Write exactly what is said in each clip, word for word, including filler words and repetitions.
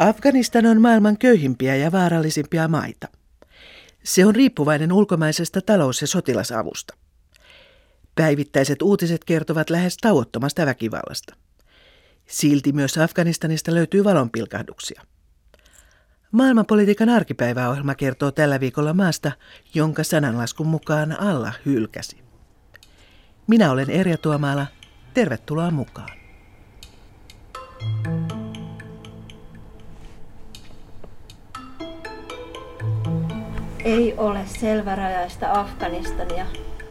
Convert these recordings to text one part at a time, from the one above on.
Afganistan on maailman köyhimpiä ja vaarallisimpia maita. Se on riippuvainen ulkomaisesta talous- ja sotilasavusta. Päivittäiset uutiset kertovat lähes tauottomasta väkivallasta. Silti myös Afganistanista löytyy valonpilkahduksia. Maailmanpolitiikan arkipäiväohjelma kertoo tällä viikolla maasta, jonka sananlaskun mukaan Allah hylkäsi. Minä olen Erja Tuomala. Tervetuloa mukaan. Ei ole selvärajaista Afganistania.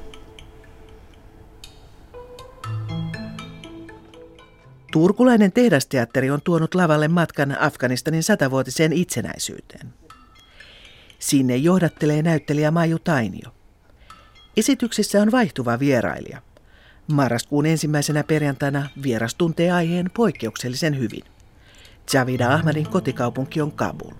Turkulainen tehdasteatteri on tuonut lavalle matkan Afganistanin satavuotiseen itsenäisyyteen. Sinne johdattelee näyttelijä Maiju Tainio. Esityksissä on vaihtuva vierailija. Marraskuun ensimmäisenä perjantaina vieras tuntee aiheen poikkeuksellisen hyvin. Javida Ahmadin kotikaupunki on Kabul.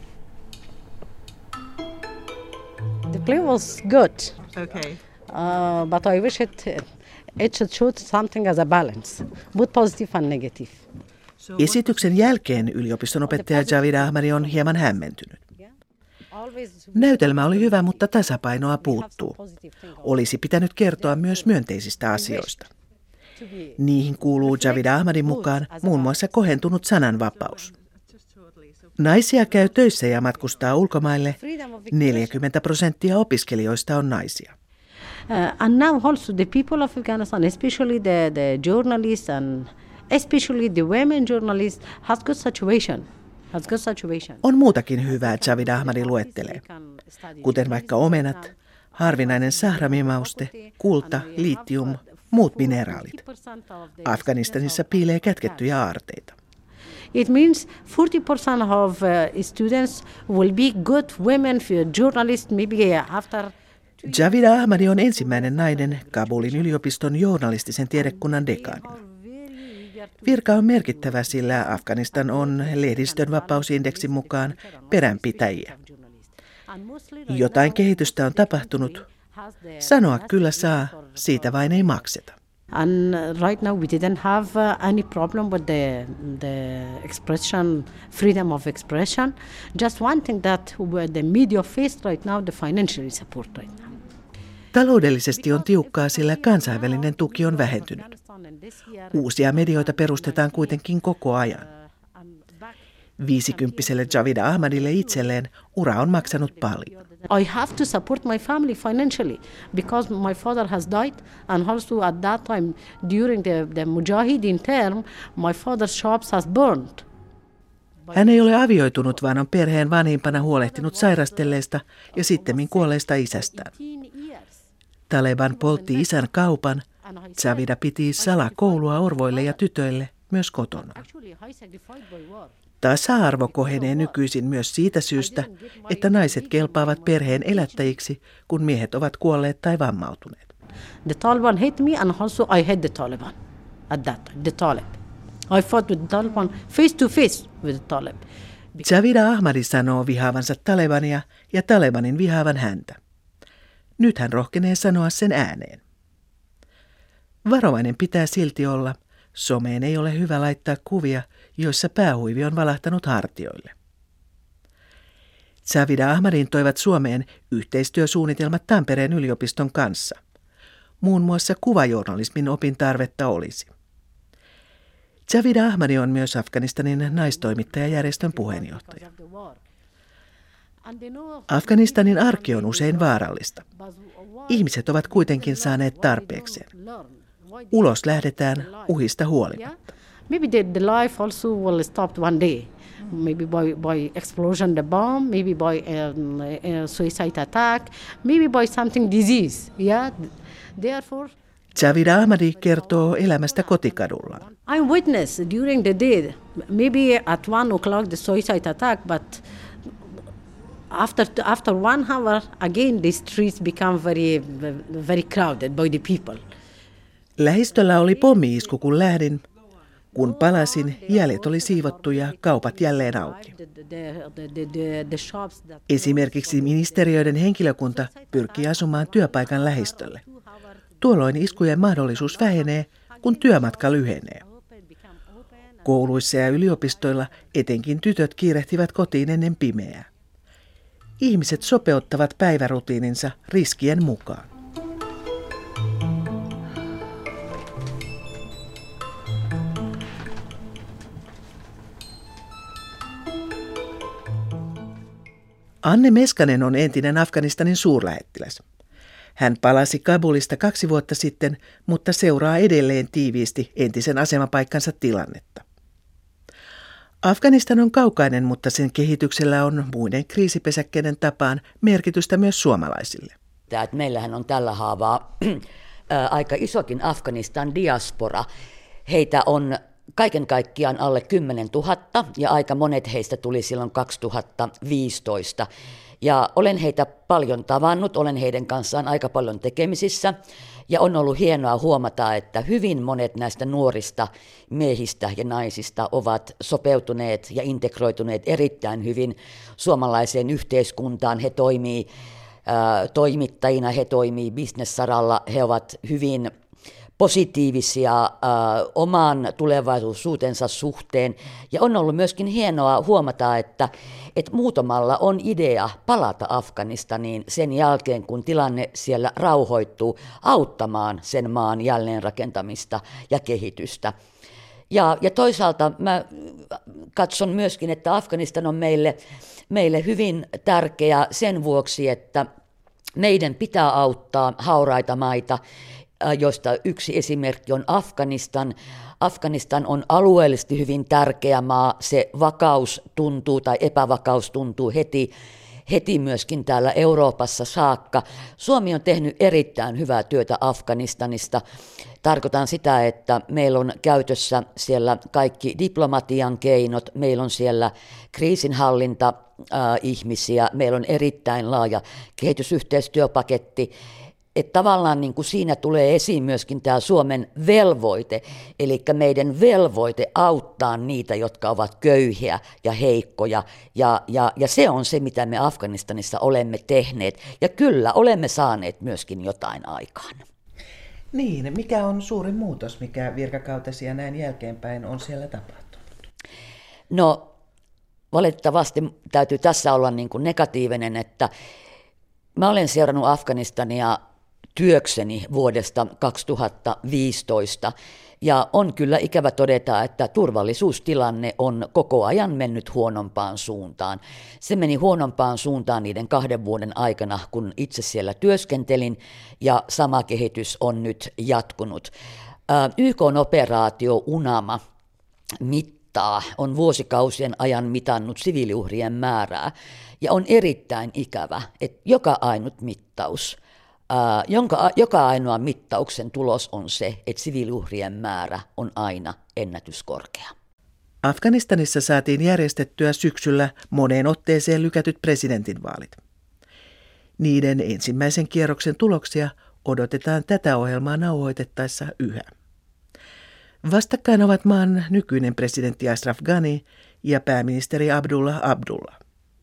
The play was good. Okay. Uh, but I wish it it should show something as a balance, both positive and negative. Esityksen jälkeen yliopiston opettaja Javida Ahmadi on hieman hämmentynyt. Näytelmä oli hyvä, mutta tasapainoa puuttuu. Olisi pitänyt kertoa myös myönteisistä asioista. Niihin kuuluu Javida Ahmadin mukaan muun muassa kohentunut sananvapaus. Naisia käy töissä ja matkustaa ulkomaille. neljäkymmentä prosenttia opiskelijoista on naisia. Uh, and now also the people of Afghanistan, especially the, the journalists and especially the women journalists, has good situation. Has good situation. On muutakin hyvää, Javida Ahmadi luettelee, kuten vaikka omenat, harvinainen sahramimauste, kulta, litium, muut mineraalit. Afganistanissa piilee kätkettyjä aarteita. It means forty percent of uh, students will be good women, journalists, maybe after. Javida Ahmadi on ensimmäinen nainen Kabulin yliopiston journalistisen tiedekunnan dekaanina. Virka on merkittävä, sillä Afganistan on lehdistönvapausindeksin mukaan peränpitäjiä. Jotain kehitystä on tapahtunut. Sanoa kyllä saa, siitä vain ei makseta. And right now we didn't have uh, any problem with the the expression, freedom of expression. Just one thing that the media faced right now, the financial support right now. Taloudellisesti on tiukkaa, sillä kansainvälinen tuki on vähentynyt. Uusia medioita perustetaan kuitenkin koko ajan. Viisikymppiselle Javida Ahmadille itselleen ura on maksanut paljon. I have to support my family financially because my father has died, and also at that time during the, the Mujahideen term, my father's shops has burned. Hän ei ole avioitunut, vaan on perheen vanhimpana huolehtinut sairastelleesta ja sittemmin kuolleesta isästään. Taleban poltti isän kaupan. Javida piti salakoulua orvoille ja tytöille myös kotona. Tasa-arvo kohenee nykyisin myös siitä syystä, että naiset kelpaavat perheen elättäjiksi, kun miehet ovat kuolleet tai vammautuneet. The Taliban hate me and also I hate the Taliban at that time, the Talib. I fought with the Taliban face to face with the Talib. Javida Ahmadi sanoo vihaavansa Talebania ja Talebanin vihaavan häntä. Nyt hän rohkenee sanoa sen ääneen. Varovainen pitää silti olla. Someen ei ole hyvä laittaa kuvia, joissa päähuivi on valahtanut hartioille. Javida Ahmadin toivat Suomeen yhteistyösuunnitelmat Tampereen yliopiston kanssa. Muun muassa kuvajournalismin opintarvetta olisi. Javida Ahmadi on myös Afganistanin naistoimittajajärjestön puheenjohtaja. Afganistanin arki on usein vaarallista. Ihmiset ovat kuitenkin saaneet tarpeekseen. Ulos lähdetään uhista huolimatta. Maybe the, the life also will stop one day. Maybe by, by explosion the bomb, maybe by um, uh, suicide attack, maybe by something disease. Yeah, therefore. Javida Ahmadi kertoo elämästä kotikadullaan. I witness during the day, maybe at one o'clock the suicide attack, but after after one hour again the streets become very very crowded by the people. Lähistöllä oli pommi-isku, kun lähdin. Kun palasin, jäljet oli siivottu ja kaupat jälleen auki. Esimerkiksi ministeriöiden henkilökunta pyrkii asumaan työpaikan lähistölle. Tuolloin iskujen mahdollisuus vähenee, kun työmatka lyhenee. Kouluissa ja yliopistoilla etenkin tytöt kiirehtivät kotiin ennen pimeää. Ihmiset sopeuttavat päivärutiininsa riskien mukaan. Anne Meskanen on entinen Afganistanin suurlähettiläs. Hän palasi Kabulista kaksi vuotta sitten, mutta seuraa edelleen tiiviisti entisen asemapaikkansa tilannetta. Afganistan on kaukainen, mutta sen kehityksellä on muiden kriisipesäkkeiden tapaan merkitystä myös suomalaisille. Meillähän on tällä haavaa aika isokin Afganistan diaspora. Heitä on kaiken kaikkiaan alle kymmenen tuhatta ja aika monet heistä tuli silloin kaksituhattaviisitoista. Ja olen heitä paljon tavannut, olen heidän kanssaan aika paljon tekemisissä ja on ollut hienoa huomata, että hyvin monet näistä nuorista miehistä ja naisista ovat sopeutuneet ja integroituneet erittäin hyvin suomalaiseen yhteiskuntaan. He toimii äh, toimittajina, he toimii bisnessaralla, he ovat hyvin positiivisia äh, oman tulevaisuutensa suhteen. Ja on ollut myöskin hienoa huomata, että, että muutamalla on idea palata Afganistaniin sen jälkeen, kun tilanne siellä rauhoittuu, auttamaan sen maan jälleenrakentamista ja kehitystä. Ja, ja toisaalta mä katson myöskin, että Afganistan on meille, meille hyvin tärkeä sen vuoksi, että meidän pitää auttaa hauraita maita, joista yksi esimerkki on Afganistan. Afganistan on alueellisesti hyvin tärkeä maa, se vakaus tuntuu tai epävakaus tuntuu heti, heti myöskin täällä Euroopassa saakka. Suomi on tehnyt erittäin hyvää työtä Afganistanista. Tarkoitan sitä, että meillä on käytössä siellä kaikki diplomatian keinot, meillä on siellä kriisinhallinta-ihmisiä, meillä on erittäin laaja kehitysyhteistyöpaketti. Että tavallaan niin kuin siinä tulee esiin myöskin tämä Suomen velvoite, eli meidän velvoite auttaa niitä, jotka ovat köyhiä ja heikkoja, ja, ja, ja se on se, mitä me Afganistanissa olemme tehneet, ja kyllä olemme saaneet myöskin jotain aikaan. Niin, mikä on suuri muutos, mikä virkakautesi ja näin jälkeenpäin on siellä tapahtunut? No, valitettavasti täytyy tässä olla niin kuin negatiivinen, että mä olen seurannut Afganistania työkseni vuodesta kaksituhattaviisitoista ja on kyllä ikävä todeta, että turvallisuustilanne on koko ajan mennyt huonompaan suuntaan. Se meni huonompaan suuntaan niiden kahden vuoden aikana, kun itse siellä työskentelin ja sama kehitys on nyt jatkunut. Y K-operaatio UNAMA mittaa, on vuosikausien ajan mitannut siviiliuhrien määrää ja on erittäin ikävä, että joka ainut mittaus, ää, jonka, joka ainoa mittauksen tulos on se, että siviiliuhrien määrä on aina ennätyskorkea. Afganistanissa saatiin järjestettyä syksyllä moneen otteeseen lykätyt presidentinvaalit. Niiden ensimmäisen kierroksen tuloksia odotetaan tätä ohjelmaa nauhoitettaessa yhä. Vastakkain ovat maan nykyinen presidentti Ashraf Ghani ja pääministeri Abdullah Abdullah.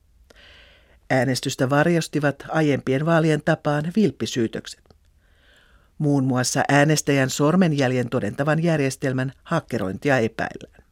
Äänestystä varjostivat aiempien vaalien tapaan vilppisyytökset. Muun muassa äänestäjän sormenjäljen todentavan järjestelmän hakkerointia epäillään.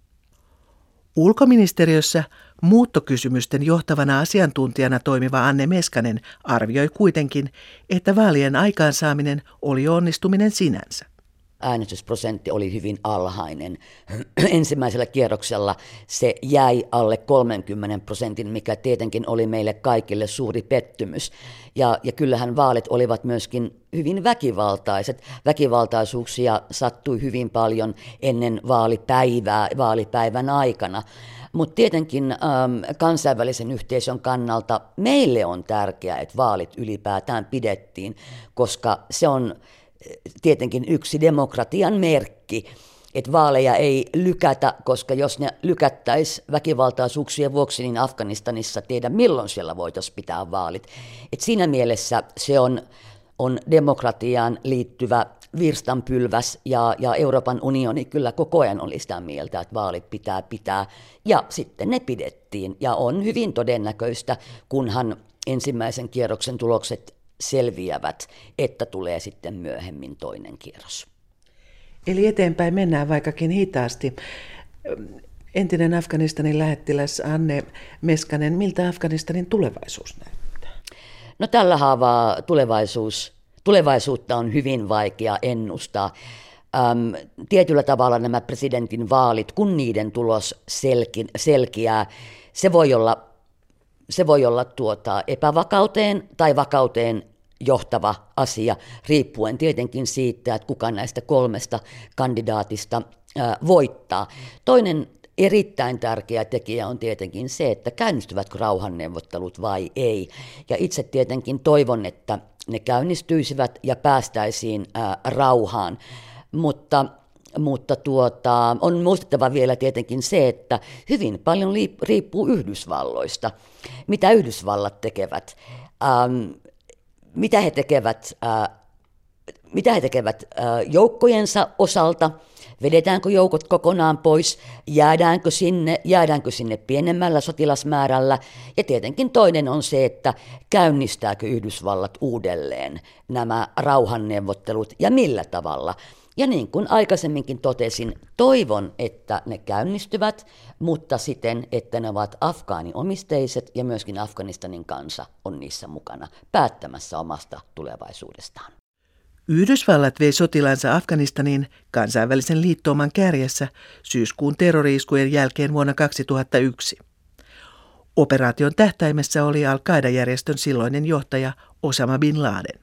Ulkoministeriössä muuttokysymysten johtavana asiantuntijana toimiva Anne Meskanen arvioi kuitenkin, että vaalien aikaansaaminen oli onnistuminen sinänsä. Äänestysprosentti oli hyvin alhainen. Ensimmäisellä kierroksella se jäi alle kolmenkymmenen prosentin, mikä tietenkin oli meille kaikille suuri pettymys. Ja, ja kyllähän vaalit olivat myöskin hyvin väkivaltaiset. Väkivaltaisuuksia sattui hyvin paljon ennen vaalipäivää, vaalipäivän aikana. Mutta tietenkin äm, kansainvälisen yhteisön kannalta meille on tärkeää, että vaalit ylipäätään pidettiin, koska se on tietenkin yksi demokratian merkki, että vaaleja ei lykätä, koska jos ne lykättäisiin väkivaltaisuuksien vuoksi, niin Afganistanissa tiedä milloin siellä voitaisiin pitää vaalit. Et siinä mielessä se on, on demokratiaan liittyvä virstanpylväs ja, ja Euroopan unioni kyllä koko ajan oli sitä mieltä, että vaalit pitää pitää ja sitten ne pidettiin ja on hyvin todennäköistä, kunhan ensimmäisen kierroksen tulokset selviävät, että tulee sitten myöhemmin toinen kierros. Eli eteenpäin mennään vaikkakin hitaasti. Entinen Afganistanin lähettiläs Anne Meskanen, miltä Afganistanin tulevaisuus näyttää? No tällä haavaa tulevaisuus, tulevaisuutta on hyvin vaikea ennustaa. Äm, tietyllä tavalla nämä presidentin vaalit, kun niiden tulos selki, selkeää, se voi olla, se voi olla tuota epävakauteen tai vakauteen johtava asia, riippuen tietenkin siitä, että kuka näistä kolmesta kandidaatista ää, voittaa. Toinen erittäin tärkeä tekijä on tietenkin se, että käynnistyvätkö rauhanneuvottelut vai ei. Ja itse tietenkin toivon, että ne käynnistyisivät ja päästäisiin ää, rauhaan. Mutta, mutta tuota, on muistettava vielä tietenkin se, että hyvin paljon riippuu Yhdysvalloista, mitä Yhdysvallat tekevät. Ähm, mitä he tekevät, äh, mitä he tekevät äh, joukkojensa osalta, vedetäänkö joukot kokonaan pois, jäädäänkö sinne, jäädäänkö sinne pienemmällä sotilasmäärällä, ja tietenkin toinen on se, että käynnistääkö Yhdysvallat uudelleen nämä rauhanneuvottelut ja millä tavalla. Ja niin kuin aikaisemminkin totesin, toivon, että ne käynnistyvät, mutta siten, että ne ovat afgaaniomisteiset ja myöskin Afganistanin kansa on niissä mukana päättämässä omasta tulevaisuudestaan. Yhdysvallat vei sotilaansa Afganistaniin kansainvälisen liittouman kärjessä syyskuun terrori-iskujen jälkeen vuonna kaksituhattayksi. Operaation tähtäimessä oli Al-Qaida-järjestön silloinen johtaja Osama bin Laden.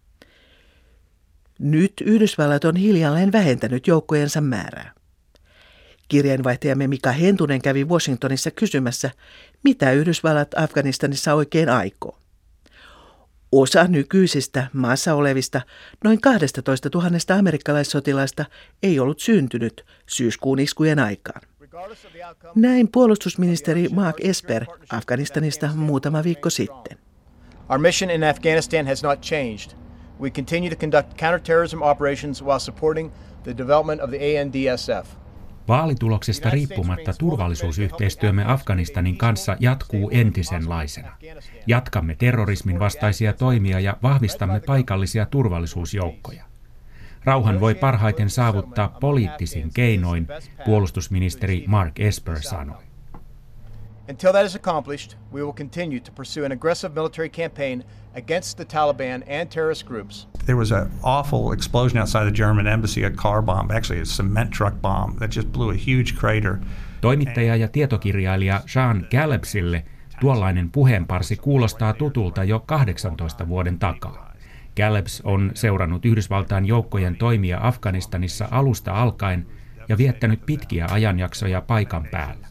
Nyt Yhdysvallat on hiljalleen vähentänyt joukkojensa määrää. Kirjeenvaihtajamme Mika Hentunen kävi Washingtonissa kysymässä, mitä Yhdysvallat Afganistanissa oikein aikoo. Osa nykyisistä maassa olevista noin kaksitoista tuhatta amerikkalaissotilaista ei ollut syntynyt syyskuun iskujen aikaan. Näin puolustusministeri Mark Esper Afganistanista muutama viikko sitten. Our mission in Afghanistan has not changed. We continue to conduct counterterrorism operations while supporting the development of the A N D S F. Vaalituloksista riippumatta turvallisuusyhteistyömme Afganistanin kanssa jatkuu entisenlaisena. Jatkamme terrorismin vastaisia toimia ja vahvistamme paikallisia turvallisuusjoukkoja. Rauhan voi parhaiten saavuttaa poliittisin keinoin, puolustusministeri Mark Esper sanoi. Until that is accomplished, we will continue to pursue an aggressive military campaign against the Taliban and terrorist groups. There was an awful explosion outside the German embassy, a car bomb, actually a cement truck bomb that just blew a huge crater. Toimittaja ja tietokirjailija Sean Gallepsille tuollainen puheenparsi kuulostaa tutulta jo kahdeksantoista vuoden takaa. Galleps on seurannut Yhdysvaltain joukkojen toimia Afganistanissa alusta alkaen ja viettänyt pitkiä ajanjaksoja paikan päällä.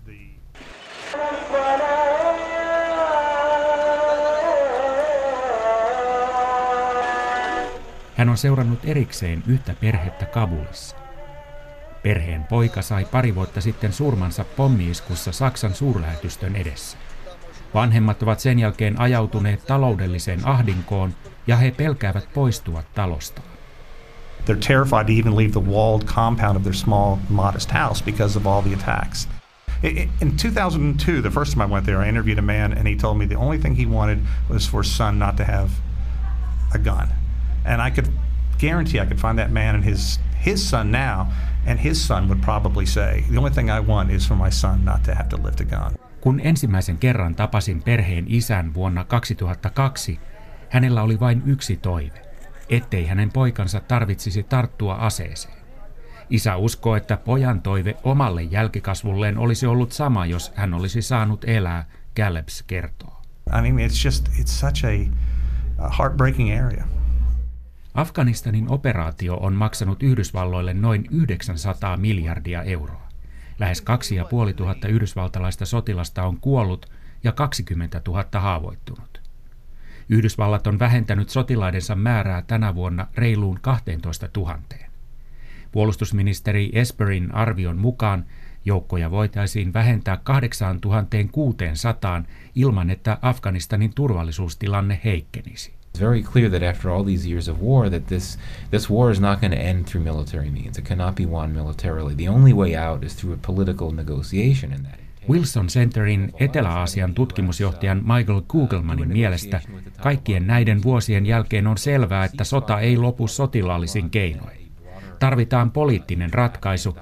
Hän on seurannut erikseen yhtä perhettä Kabulissa. Perheen poika sai pari vuotta sitten surmansa pommi-iskussa Saksan suurlähetystön edessä. Vanhemmat ovat sen jälkeen ajautuneet taloudelliseen ahdinkoon ja he pelkäävät poistua talostaan. They're terrified to even leave the walled compound of their small, modest house because of all the attacks. In two thousand two, the first time I went there, I interviewed a man and he told me the only thing he wanted was for his son not to have a gun. And I could guarantee I could find that man and his his son now, and his son would probably say, the only thing I want is for my son not to have to lift a gun. Kun ensimmäisen kerran tapasin perheen isän vuonna kaksituhattakaksi, hänellä oli vain yksi toive, ettei hänen poikansa tarvitsisi tarttua aseeseen. Isä uskoo, että pojan toive omalle jälkikasvulleen olisi ollut sama, jos hän olisi saanut elää, Galleps kertoo. I mean, it's just, it's such a, a heartbreaking area. Afganistanin operaatio on maksanut Yhdysvalloille noin yhdeksänsataa miljardia euroa. Lähes kaksi ja puoli tuhatta yhdysvaltalaista sotilasta on kuollut ja kaksikymmentätuhatta haavoittunut. Yhdysvallat on vähentänyt sotilaidensa määrää tänä vuonna reiluun kaksitoista tuhatta. Puolustusministeri Esperin arvion mukaan joukkoja voitaisiin vähentää kahdeksantuhatta-kuusisataa ilman, että Afganistanin turvallisuustilanne heikkenisi. It's very clear that after all these years of war that this this war is not going to end through military means. It cannot be won militarily. The only way out is through a political negotiation in that. Wilson Centerin Etelä-Aasian tutkimusjohtajan Michael Kugelmanin mielestä kaikkien näiden vuosien jälkeen on selvää, että sota ei lopu sotilaallisin keinoin. Tarvitaan poliittinen ratkaisu,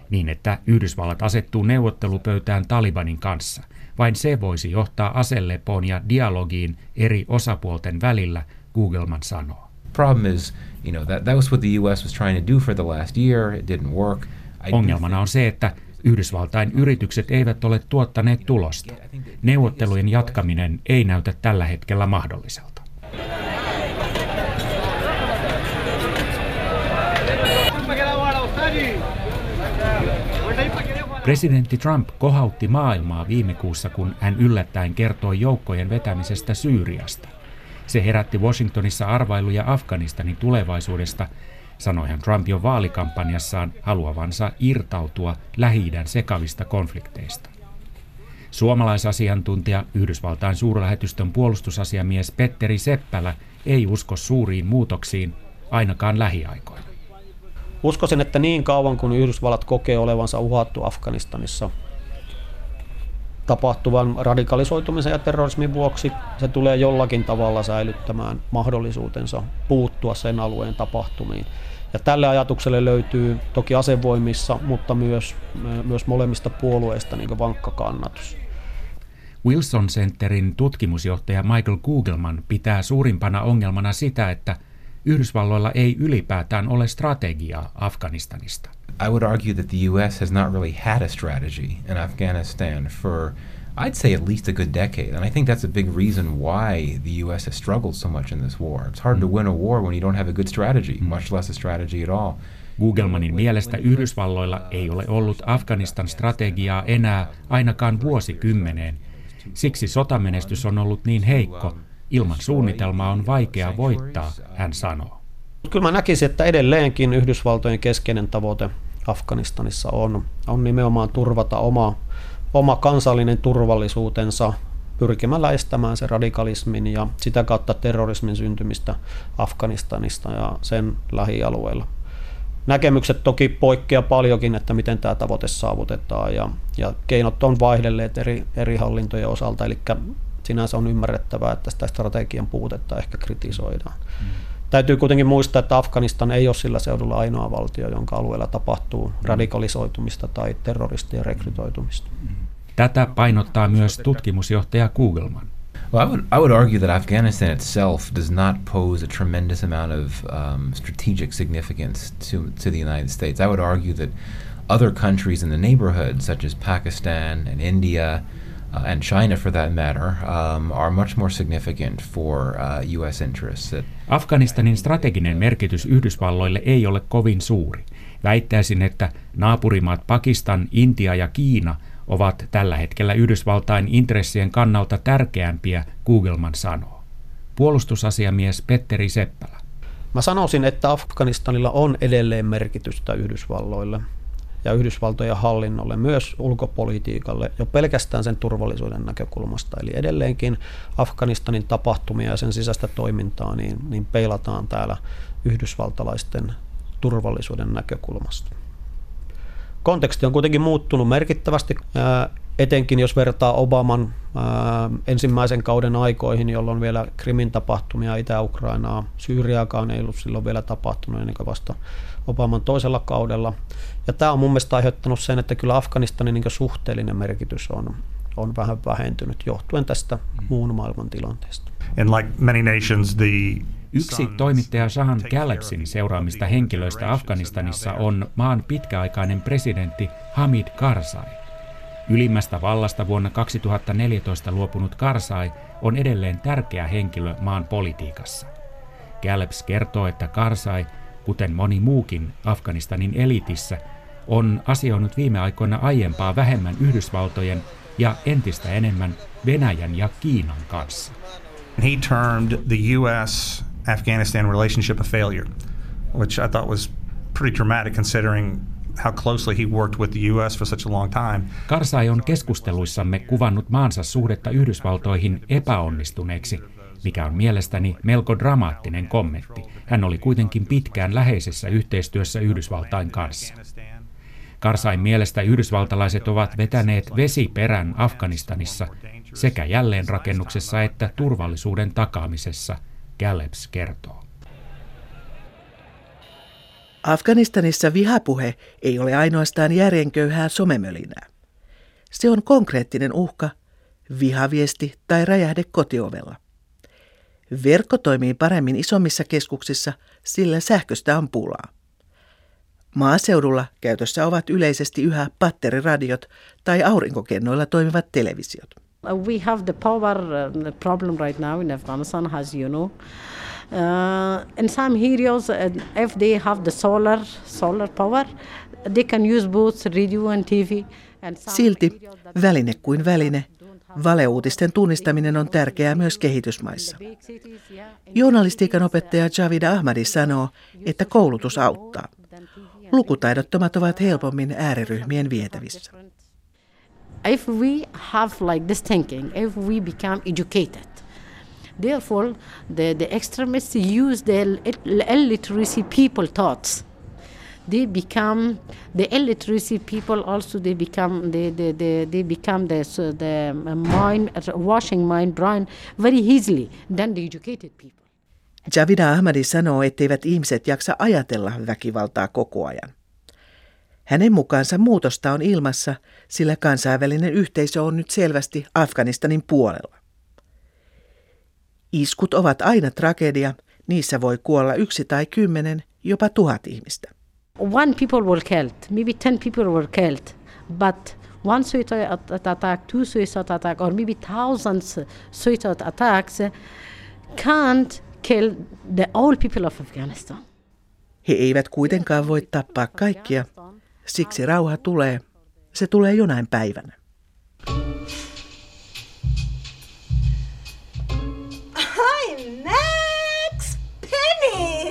niin että Yhdysvallat asettuu neuvottelupöytään Talibanin kanssa. Vain se voisi johtaa aselepoon ja dialogiin eri osapuolten välillä, Kugelman sanoo. Problem is, you know, that, that was what the U S was trying to do for the last year. It didn't work. Ongelmana on se, että Yhdysvaltain yritykset eivät ole tuottaneet tulosta. Neuvottelujen jatkaminen ei näytä tällä hetkellä mahdolliselta. Presidentti Trump kohautti maailmaa viime kuussa, kun hän yllättäen kertoi joukkojen vetämisestä Syyriasta. Se herätti Washingtonissa arvailuja Afganistanin tulevaisuudesta, sanoi hän Trump jo vaalikampanjassaan haluavansa irtautua Lähi-idän sekavista konflikteista. Suomalaisasiantuntija, Yhdysvaltain suurlähetystön puolustusasiamies Petteri Seppälä ei usko suuriin muutoksiin, ainakaan lähiaikoina. Uskoisin, että niin kauan kun Yhdysvallat kokee olevansa uhattu Afganistanissa tapahtuvan radikalisoitumisen ja terrorismin vuoksi, se tulee jollakin tavalla säilyttämään mahdollisuutensa puuttua sen alueen tapahtumiin. Ja tälle ajatukselle löytyy toki asevoimissa, mutta myös, myös molemmista puolueista niin kuin vankka kannatus. Wilson Centerin tutkimusjohtaja Michael Kugelman pitää suurimpana ongelmana sitä, että Yhdysvalloilla ei ylipäätään ole strategiaa Afganistanista. I would argue that the U S has not really had a strategy in Afghanistan for, I'd say, at least a good decade. And I think that's a big reason why the U S has struggled so much in this war. It's hard mm. to win a war when you don't have a good strategy, mm. much less a strategy at all. Kugelmanin mielestä Yhdysvalloilla ei ole ollut Afganistan strategiaa enää ainakaan vuosikymmeneen. Siksi sotamenestys on ollut niin heikko. Ilman suunnitelmaa on vaikea voittaa, hän sanoo. Kyllä mä näkisin, että edelleenkin Yhdysvaltojen keskeinen tavoite Afganistanissa on, on nimenomaan turvata oma, oma kansallinen turvallisuutensa pyrkimällä estämään se radikalismin ja sitä kautta terrorismin syntymistä Afganistanista ja sen lähialueilla. Näkemykset toki poikkeaa paljonkin, että miten tämä tavoite saavutetaan ja, ja keinot on vaihdelleet eri, eri hallintojen osalta, eli sinänsä on ymmärrettävää, että sitä strategian puutetta ehkä kritisoidaan. Mm. Täytyy kuitenkin muistaa, että Afganistan ei ole sillä seudulla ainoa valtio, jonka alueella tapahtuu radikalisoitumista tai terroristien rekrytoitumista. Tätä painottaa myös tutkimusjohtaja Kugelman. Well, I would, I would argue that Afghanistan itself does not pose a tremendous amount of um, strategic significance to, to the United States. I would argue that other countries in the neighborhood, such as Pakistan and India, Uh, and China for that matter, um, are much more significant for uh, U S interests. Afganistanin strateginen merkitys Yhdysvalloille ei ole kovin suuri. Väittäisin, että naapurimaat Pakistan, Intia ja Kiina ovat tällä hetkellä Yhdysvaltain intressien kannalta tärkeämpiä, Kugelman sanoo. Puolustusasiamies Petteri Seppälä. Mä sanoisin, että Afganistanilla on edelleen merkitystä Yhdysvalloille ja Yhdysvaltojen hallinnolle, myös ulkopolitiikalle, jo pelkästään sen turvallisuuden näkökulmasta. Eli edelleenkin Afganistanin tapahtumia ja sen sisäistä toimintaa niin, niin peilataan täällä yhdysvaltalaisten turvallisuuden näkökulmasta. Konteksti on kuitenkin muuttunut merkittävästi, etenkin jos vertaa Obaman ensimmäisen kauden aikoihin, jolloin vielä Krimin tapahtumia, Itä-Ukrainaa, Syyriaakaan ei ollut silloin vielä tapahtunut ennen kuin vasta Obaman toisella kaudella. Ja tämä on mun mielestä aiheuttanut sen, että kyllä Afganistanin niin suhteellinen merkitys on, on vähän vähentynyt johtuen tästä muun maailman tilanteesta. And like many nations, the Yksi toimittaja Shahan Gallepsin seuraamista henkilöistä Afganistanissa on maan pitkäaikainen presidentti Hamid Karzai. Ylimmästä vallasta vuonna kaksituhattaneljätoista luopunut Karzai on edelleen tärkeä henkilö maan politiikassa. Galleps kertoo, että Karzai, kuten moni muukin Afganistanin elitissä, on asioinut viime aikoina aiempaa vähemmän Yhdysvaltojen ja entistä enemmän Venäjän ja Kiinan kanssa. He termed the U S Afghanistan relationship a failure, which I thought was pretty dramatic considering how closely he worked with the U S for such a long time. Karzai on keskusteluissamme kuvannut maansa suhdetta Yhdysvaltoihin epäonnistuneeksi, mikä on mielestäni melko dramaattinen kommentti. Hän oli kuitenkin pitkään läheisessä yhteistyössä Yhdysvaltain kanssa. Karzain mielestä yhdysvaltalaiset ovat vetäneet vesiperän Afganistanissa sekä jälleenrakennuksessa että turvallisuuden takaamisessa, Galleps kertoo. Afganistanissa vihapuhe ei ole ainoastaan järjenköyhää somemölinää. Se on konkreettinen uhka, vihaviesti tai räjähde kotiovella. Verkko toimii paremmin isommissa keskuksissa, sillä sähköstä on pulaa. Maaseudulla käytössä ovat yleisesti yhä patteriradiot tai aurinkokennoilla toimivat televisiot. We have the power uh, problem right now in Afghanistan, as you know. Uh, in some areas, uh, if they have the solar solar power, they can use both radio and T V. And Silti, väline kuin väline, valeuutisten tunnistaminen on tärkeää myös kehitysmaissa. Journalistiikan opettaja Javid Ahmadi sanoo, että koulutus auttaa. Lukutaidottomat ovat helpommin ääriryhmien vietävissä. If we have like this thinking, if we become educated, therefore the, the extremists use the illiteracy people thoughts. They become the illiteracy people also. They become they they they, they become the so the mind washing mind brain very easily than the educated people. Javida Ahmadi sanoo, etteivät ihmiset jaksa ajatella väkivaltaa koko ajan. Hänen mukaansa muutosta on ilmassa, sillä kansainvälinen yhteisö on nyt selvästi Afganistanin puolella. Iskut ovat aina tragedia, niissä voi kuolla yksi tai kymmenen, jopa tuhat ihmistä. One people were killed, maybe ten people were killed, but one suicide attack, two suicide attack, or maybe thousands suicide attacks can't kill the all people of Afghanistan. He eivät kuitenkaan voi tappaa kaikkia, siksi rauha tulee. Se tulee jonain päivänä. Hi, Max Penny!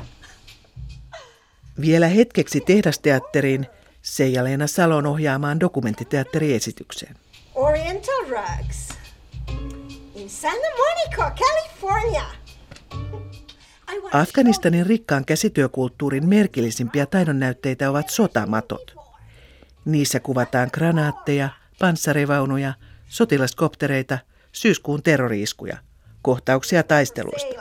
Vielä hetkeksi tehdasteatteriin Seija-Leena Salon ohjaamaan dokumenttiteatteriesitykseen. Oriental Rugs in Santa Monica, California. Afganistanin rikkaan käsityökulttuurin merkillisimpiä taidonnäytteitä ovat sotamatot. Niissä kuvataan granaatteja, panssarivaunuja, sotilaskoptereita, syyskuun terrori-iskuja, kohtauksia taisteluista.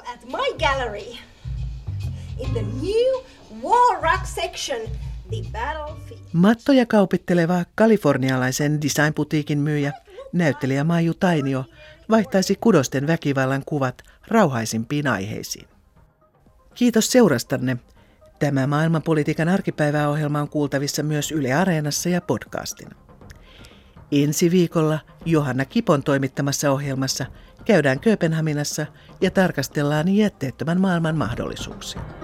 Mattoja kaupitteleva kalifornialaisen design-putiikin myyjä, näyttelijä Maiju Tainio, vaihtaisi kudosten väkivallan kuvat rauhaisimpiin aiheisiin. Kiitos seurastanne. Tämä maailmanpolitiikan arkipäiväohjelma on kuultavissa myös Yle Areenassa ja podcastina. Ensi viikolla Johanna Kipon toimittamassa ohjelmassa käydään Kööpenhaminassa ja tarkastellaan jätteettömän maailman mahdollisuuksia.